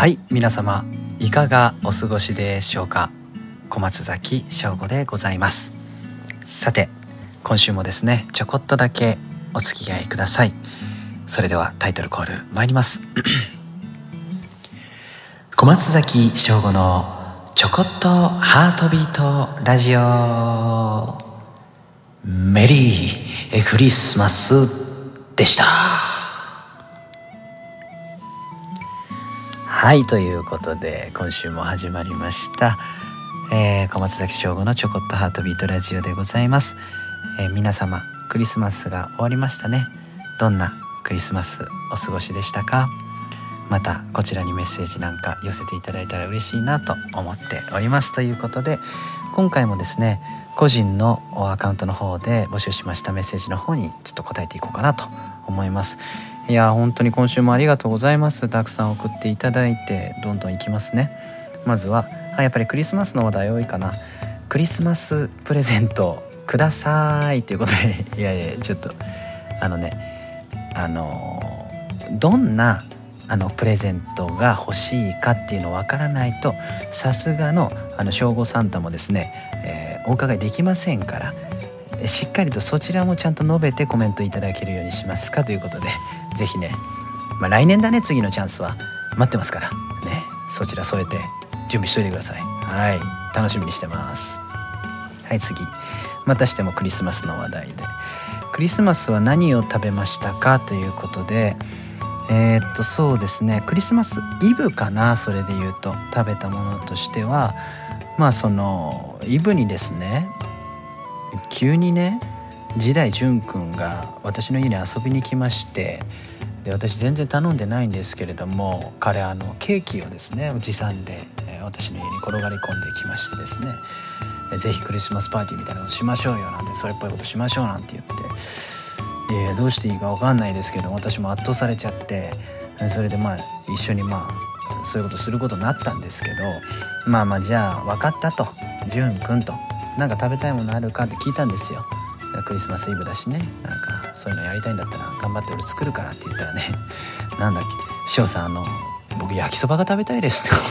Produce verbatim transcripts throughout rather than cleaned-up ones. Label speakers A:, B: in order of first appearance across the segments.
A: はい、皆様いかがお過ごしでしょうか。小松崎翔吾でございます。さて今週もですね、ちょこっとだけお付き合いください。それではタイトルコール参ります小松崎翔吾のちょこっとハートビートラジオ、メリークリスマスでした。はい、ということで今週も始まりました、えー、小松崎翔吾のちょこっとハートビートラジオでございます。えー、皆様クリスマスが終わりましたね。どんなクリスマスお過ごしでしたか。またこちらにメッセージなんか寄せていただいたら嬉しいなと思っております。ということで今回もですね、個人のアカウントの方で募集しましたメッセージの方にちょっと答えていこうかなと思います。いや本当に今週もありがとうございます。たくさん送っていただいてどんどんいきますね。まずはあやっぱりクリスマスの話題多いかな。クリスマスプレゼントくださいということでいやいやちょっとあのねあのどんなあのプレゼントが欲しいかっていうのわからないとさすがのあの正午サンタもですね、えー、お伺いできませんから、しっかりとそちらもちゃんと述べてコメントいただけるようにしますかということで、ぜひね、まあ、来年だね、次のチャンスは待ってますからね、そちら添えて準備しといてください。はい、楽しみにしてます。はい、次またしてもクリスマスの話題で、クリスマスは何を食べましたかということで、えー、っとそうですね、クリスマスイブかな。それで言うと食べたものとしてはまあそのイブにですね、急にね時代淳くんが私の家に遊びに来まして、で私全然頼んでないんですけれども、彼あのケーキをですね持参で、えー、私の家に転がり込んできましてですね、えー、ぜひクリスマスパーティーみたいなことしましょうよなんて、それっぽいことしましょうなんて言って、えー、どうしていいか分かんないですけど私も圧倒されちゃって、それでまあ一緒にまあそういうことすることになったんですけど、まあまあじゃあ分かったと、淳くんとなんか食べたいものあるかって聞いたんですよ。クリスマスイブだしね、なんかそういうのやりたいんだったら頑張って俺作るからって言ったらね、なんだっけ翔さんあの僕焼きそばが食べたいですと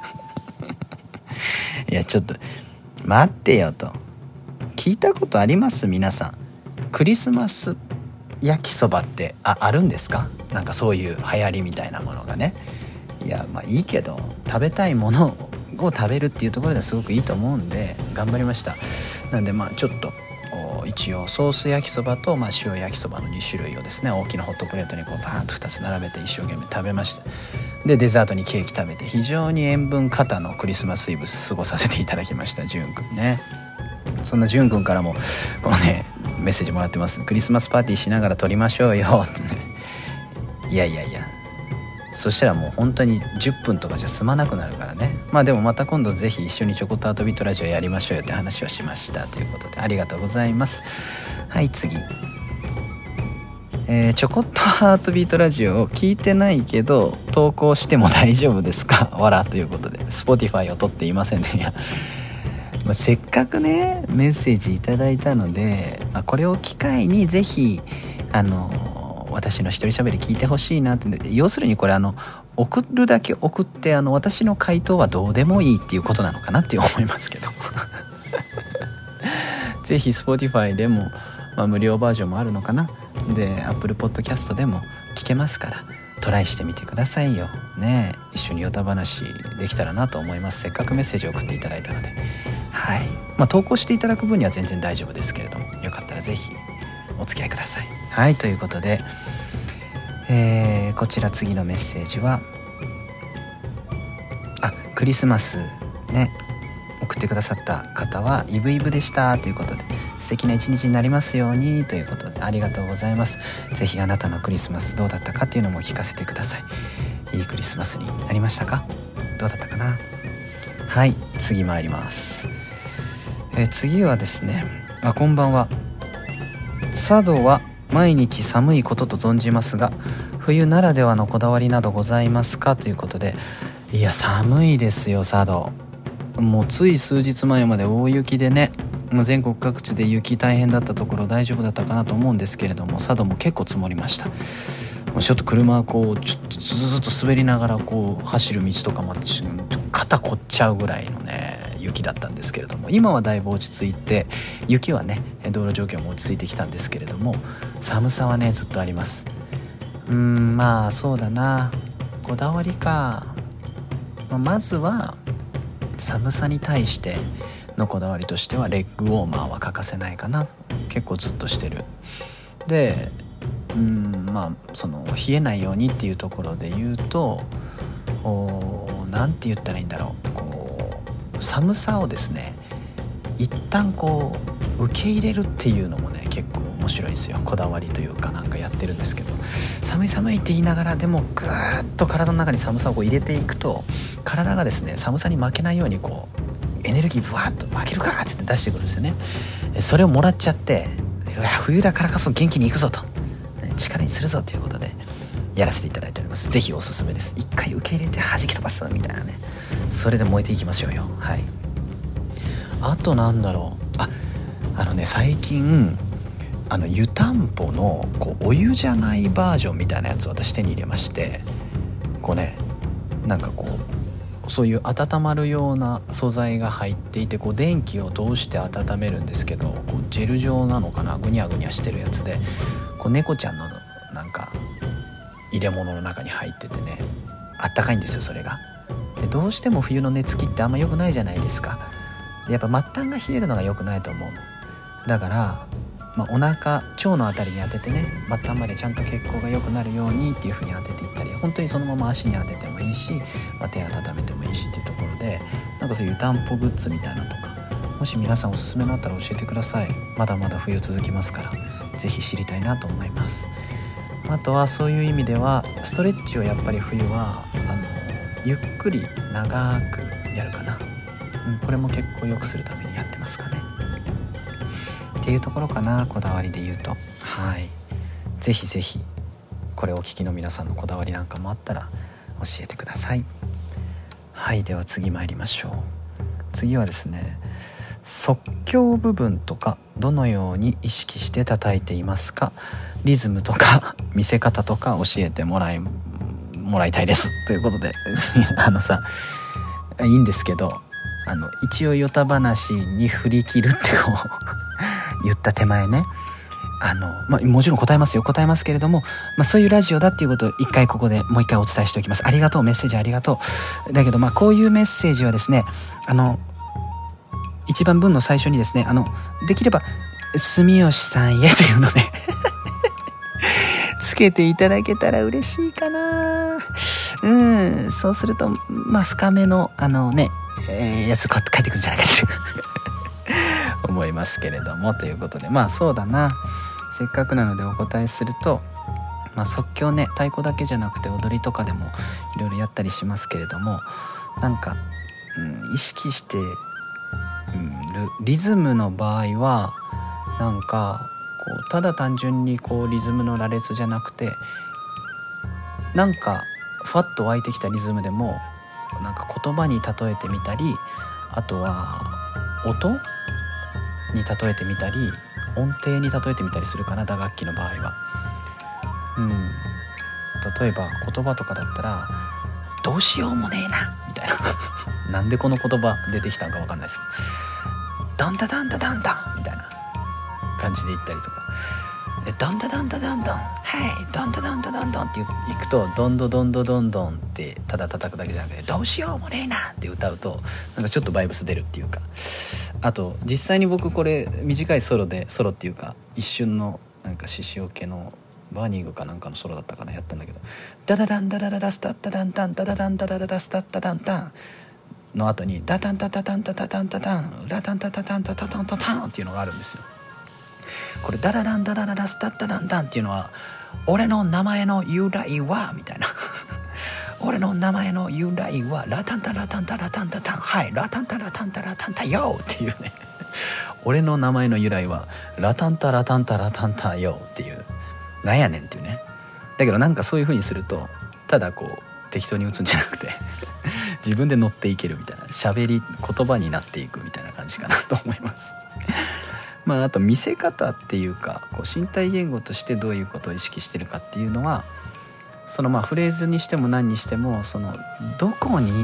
A: いやちょっと待ってよと、聞いたことあります皆さん。クリスマス焼きそばって あ, あるんですか。なんかそういう流行りみたいなものがね。いやまあいいけど食べたいものを食べるっていうところではすごくいいと思うんで頑張りました。なんでまあちょっと一応ソース焼きそばと、まあ、塩焼きそばのに種類をですね大きなホットプレートにこうバーンとふたつ並べて一生懸命食べました。でデザートにケーキ食べて非常に塩分過多のクリスマスイブ過ごさせていただきました。淳くんね、そんな淳くんからもこのねメッセージもらってます。クリスマスパーティーしながら撮りましょうよってね。いやいやいや、そしたらもう本当にじゅっぷんとかじゃ済まなくなるからね。まあでもまた今度ぜひ一緒にちょこっとアートビートラジオやりましょうよって話をしましたということでありがとうございます。はい、次、えー、ちょこっとアートビートラジオを聞いてないけど投稿しても大丈夫ですかわらということで Spotify を撮っていませんね。いや、まあ、せっかくねメッセージいただいたので、まあ、これを機会にぜひあの私の一人喋り聞いてほしいなって。要するにこれあの送るだけ送ってあの私の回答はどうでもいいっていうことなのかなって思いますけどぜひ Spotify でも、まあ、無料バージョンもあるのかな。で Apple Podcast でも聞けますからトライしてみてくださいよね。一緒にヨタ話できたらなと思います。せっかくメッセージを送っていただいたので、はい、まあ、投稿していただく分には全然大丈夫ですけれども、よかったらぜひお付き合いください。はい、ということで、えー、こちら次のメッセージはあクリスマスね送ってくださった方はイブイブでしたということで、素敵な一日になりますようにということでありがとうございます。ぜひあなたのクリスマスどうだったかっていうのも聞かせてください。いいクリスマスになりましたか。どうだったかな。はい、次参ります。えー、次はですね、あこんばんは。佐渡は毎日寒いことと存じますが冬ならではのこだわりなどございますかということで、いや寒いですよ佐渡。もうつい数日前まで大雪でね、もう全国各地で雪大変だったところ大丈夫だったかなと思うんですけれども、佐渡も結構積もりました。もうちょっと車こうちょっとずっと滑りながらこう走る道とかも肩凝っちゃうぐらいのね雪だったんですけれども、今はだいぶ落ち着いて、雪はね道路状況も落ち着いてきたんですけれども、寒さはねずっとあります。うーんまあそうだな、こだわりか、まあ、まずは寒さに対してのこだわりとしてはレッグウォーマーは欠かせないかな。結構ずっとしてる。でうーんまあその冷えないようにっていうところで言うと、なんて言ったらいいんだろう、こう寒さをですね一旦こう受け入れるっていうのもね結構面白いんですよ。こだわりというかなんかやってるんですけど、寒い寒いって言いながらでもぐーっと体の中に寒さをこう入れていくと、体がですね寒さに負けないようにこうエネルギーブワーッと負けるかって出してくるんですよね。それをもらっちゃって、いや冬だからこそ元気にいくぞと、力にするぞということでやらせていただいております。ぜひおすすめです。一回受け入れて弾き飛ばすみたいなね、それで燃えていきましょうよ。はい。あとなんだろう、ああのね最近あの湯たんぽのこうお湯じゃないバージョンみたいなやつを私手に入れまして、こうねなんかこうそういう温まるような素材が入っていて、こう電気を通して温めるんですけど、こうジェル状なのかな、ぐにゃぐにゃしてるやつで、こう猫ちゃんのなんか入れ物の中に入っててね、あったかいんですよそれが。でどうしても冬の寝つきってあんま良くないじゃないですか。でやっぱ末端が冷えるのが良くないと思うのだから、まあ、お腹腸のあたりに当ててね、末端までちゃんと血行が良くなるようにっていう風に当てていったり、本当にそのまま足に当ててもいいし、まあ、手温めてもいいしっていうところで、なんかそういう湯たんぽグッズみたいなのとか、もし皆さんおすすめのあったら教えてください。まだまだ冬続きますからぜひ知りたいなと思います。あとはそういう意味ではストレッチをやっぱり冬はあのゆっくり長くやるかな、うん、これも結構良くするためにやってますかねっていうところかな、こだわりで言うと。はい、ぜひぜひこれをお聞きの皆さんのこだわりなんかもあったら教えてください。はい、では次参りましょう。次はですね、即興部分とかどのように意識して叩いていますか、リズムとか見せ方とか教えてもらいもらいたいですということであのさいいんですけど、あの一応ヨタ話に振り切るってこう言った手前ね、あの、まあ、もちろん答えますよ答えますけれども、まあ、そういうラジオだっていうことを一回ここでもう一回お伝えしておきます。ありがとう、メッセージありがとう。だけどまあこういうメッセージはですね、あの一番文の最初にですね、あのできれば住吉さんへというのねつけていただけたら嬉しいかな。うんそうするとまあ深めのあのね、えー、やつこうやって書いてくるんじゃないかと思いますけれども、ということでまあそうだな、せっかくなのでお答えすると、まあ、即興ね、太鼓だけじゃなくて踊りとかでもいろいろやったりしますけれども、なんか、うん、意識して、うん、リズムの場合はなんかこうただ単純にこうリズムの羅列じゃなくて、なんかファッと湧いてきたリズムでもなんか言葉に例えてみたり、あとは音に例えてみたり、音程に例えてみたりするかな、打楽器の場合は。うん、例えば言葉とかだったらどうしようもねえなみたいななんでこの言葉出てきたんか分かんないですけど、ダンダダンダダンダンみたいな感じで言ったりとか、ドンダドンダドンドン、はいドンダドンダドンドンっていくと、ドンドドンドドンドンってただ叩くだけじゃなくて、どうしようもねえなって歌うとなんかちょっとバイブス出るっていうか、あと実際に僕これ短いソロでソロっていうか一瞬のなんか獅子オケのバーニングかなんかのソロだったかな、やったんだけど、ダダダンダダダダスタッタダンタンダダダンダダダダスタッタダンタンの後にダタンタタタンタタタンタタンダタンタタタンタタタンタタンっていうのがあるんですよ。これダダダンダダダダスタッタダンタンっていうのは、俺の名前の由来はみたいな俺の名前の由来はラタンタラタンタラタンタタン、はいラタンタラタンタラタンタヨーっていうね俺の名前の由来はラタンタラタンタラタンタヨーっていう、なんやねんっていうね。だけどなんかそういう風にするとただこう適当に打つんじゃなくて自分で乗っていけるみたいな、喋り言葉になっていくみたいな感じかなと思いますまああと見せ方っていうか、こう身体言語としてどういうことを意識してるかっていうのは、 そのまあフレーズにしても何にしても、そのどこに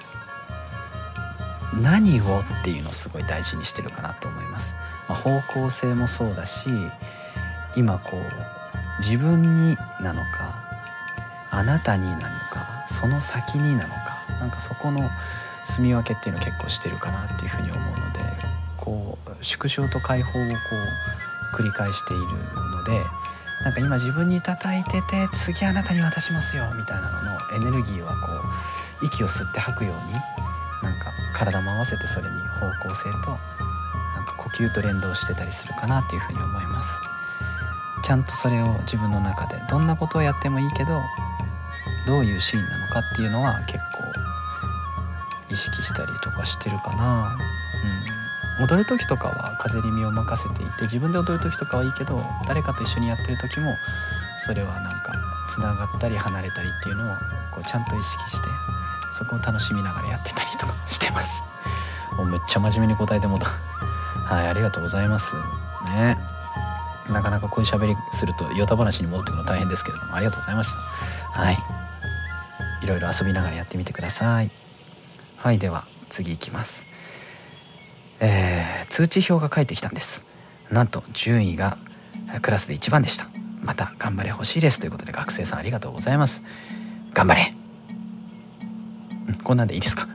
A: 何をっていうのをすごい大事にしてるかなと思います。まあ、方向性もそうだし、今こう自分になのかあなたになのかその先になのか、なんかそこの住み分けっていうのを結構してるかなっていうふうに思うので、こう縮小と解放をこう繰り返しているので、なんか今自分に叩いてて次あなたに渡しますよみたいなののエネルギーはこう息を吸って吐くように、なんか体も合わせてそれに方向性となんか呼吸と連動してたりするかなっていうふうに思います。ちゃんとそれを自分の中でどんなことをやってもいいけど、どういうシーンなのかっていうのは結構意識したりとかしてるかな。うん、踊る時とかは風に身を任せていて、自分で踊る時とかはいいけど、誰かと一緒にやってる時もそれはなんかつながったり離れたりっていうのをこうちゃんと意識して、そこを楽しみながらやってたりとかしてます。もうめっちゃ真面目に答えてもうたはい、ありがとうございますね。なかなかこういう喋りするとヨタ話に戻ってくるの大変ですけれども、ありがとうございました。はい、いろいろ遊びながらやってみてください。はい、では次いきます。えー、通知表が返ってきたんです。なんと順位がクラスでいちばんでした。また頑張れ欲しいですということで、学生さんありがとうございます。頑張れ。こんなんでいいですか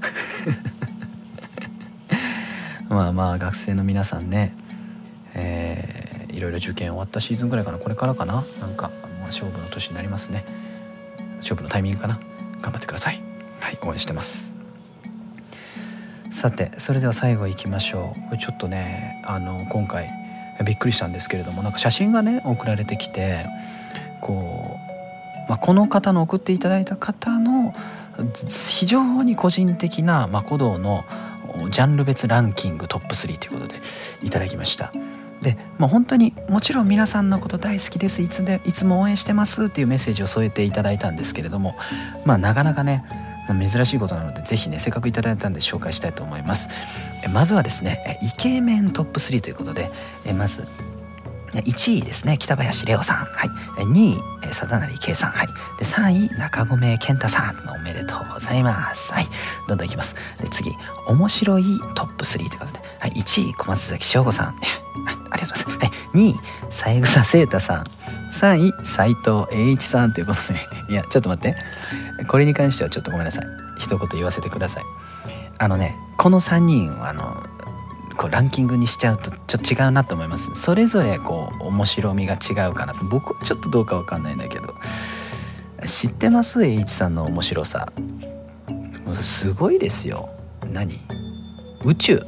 A: まあまあ学生の皆さんね、えー、いろいろ受験終わったシーズンぐらいかな、これからかな、なんか、まあ、勝負の年になりますね。勝負のタイミングかな。頑張ってください。はい、応援してます。さて、それでは最後いきましょう。これちょっとね、あの今回びっくりしたんですけれども、なんか写真がね送られてきて、こう、まあ、この方の送っていただいた方の非常に個人的な、まあ、鼓動のジャンル別ランキングトップスリーということでいただきました。で、まあ、本当にもちろん皆さんのこと大好きです、いつでいつも応援してますっていうメッセージを添えていただいたんですけれども、まあなかなかね珍しいことなので、ぜひねせっかくいただいたんで紹介したいと思います。えまずはですね、イケメントップスリーということで、えまずいちいですね、北林レオさん、はい、にい佐田成圭さん、はい、でさんい中込健太さん、おめでとうございます。はい、どんどんいきます。で次、面白いトップスリーということで、はい、いちい小松崎翔吾さん、はい、ありがとうございます。はい、にい三枝聖太さん、さんい斉藤栄一さんということで、いやちょっと待って、これに関してはちょっとごめんなさい、一言言わせてください。あのね、このさんにんをあのこうランキングにしちゃうとちょっと違うなと思います。それぞれこう面白みが違うかなと。僕はちょっとどうかわかんないんだけど、知ってます？栄一さんの面白さすごいですよ。何？宇宙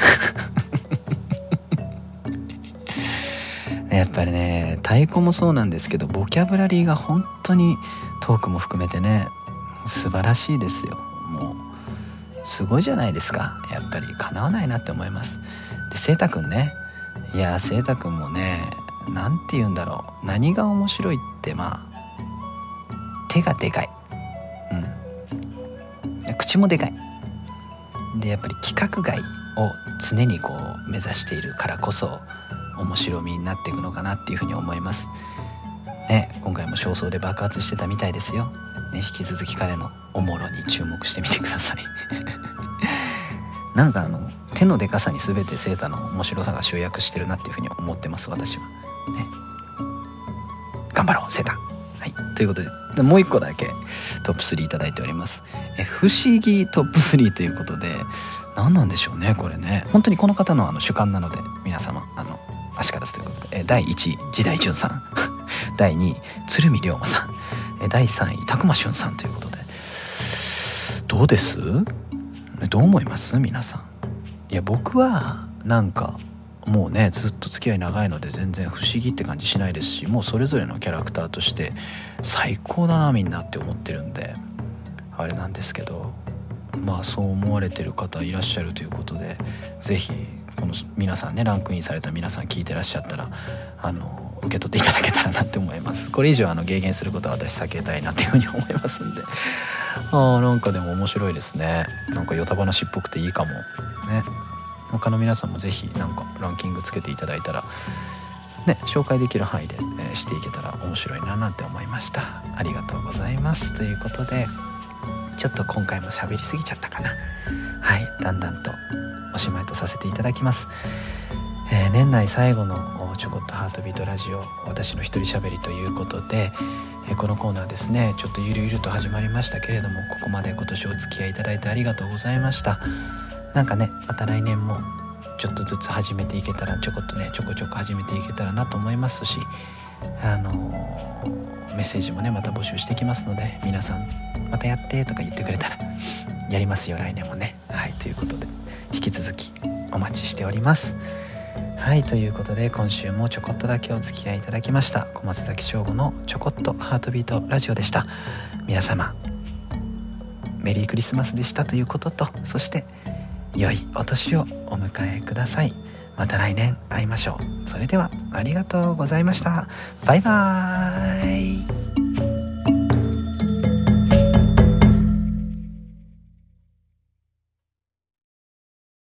A: やっぱりね、太鼓もそうなんですけど、ボキャブラリーが本当にトークも含めてね素晴らしいですよ。もうすごいじゃないですか。やっぱり叶わないなって思います。で、聖太くんね、いや聖太くんもね、なんて言うんだろう、何が面白いって、まあ手がでかい、うん、口もでかいで、やっぱり規格外を常にこう目指しているからこそ面白みになっていくのかなっていうふうに思いますね。今回も焦燥で爆発してたみたいですよ、ね、引き続き彼のおもろに注目してみてくださいなんかあの手のでかさに全てセータの面白さが集約してるなっていうふうに思ってます、私はね。頑張ろうセータ、はい、ということで、でもう一個だけトップスリーいただいております。え不思議トップスリーということで、何なんでしょうねこれね。本当にこの方のあの主観なので、皆様あの足からずということで、えだいいちい時代淳さんだいにい鶴見龍馬さん、えだいさんい拓磨俊さんということで、どうです？どう思います皆さん？いや僕はなんかもうねずっと付き合い長いので全然不思議って感じしないですし、もうそれぞれのキャラクターとして最高だなみんなって思ってるんであれなんですけど、まあそう思われてる方いらっしゃるということで、ぜひこの皆さんね、ランクインされた皆さん聞いてらっしゃったらあの受け取っていただけたらなって思います。これ以上あの迎減することは私避けたいなっていうふうに思いますんで、あなんかでも面白いですね。なんかヨタ話っぽくていいかもね。他の皆さんもぜひなんかランキングつけていただいたらね紹介できる範囲で、えー、していけたら面白いななんて思いました。ありがとうございます。ということでちょっと今回も喋りすぎちゃったかな。はい、だんだんとおしまいとさせていただきます。えー、年内最後のちょこっとハートビートラジオ、私の一人喋りということで、えー、このコーナーですねちょっとゆるゆると始まりましたけれども、ここまで今年お付き合いいただいてありがとうございました。なんかねまた来年もちょっとずつ始めていけたら、ちょこっとねちょこちょこ始めていけたらなと思いますし、あのー、メッセージもねまた募集してきますので、皆さんまたやってとか言ってくれたらやりますよ、来年もね。はい、ということで引き続きお待ちしております。はい、ということで今週もちょこっとだけお付き合いいただきました小松崎翔吾のちょこっとハートビートラジオでした。皆様メリークリスマスでしたということと、そして良いお年をお迎えください。また来年会いましょう。それではありがとうございました。バイバーイ。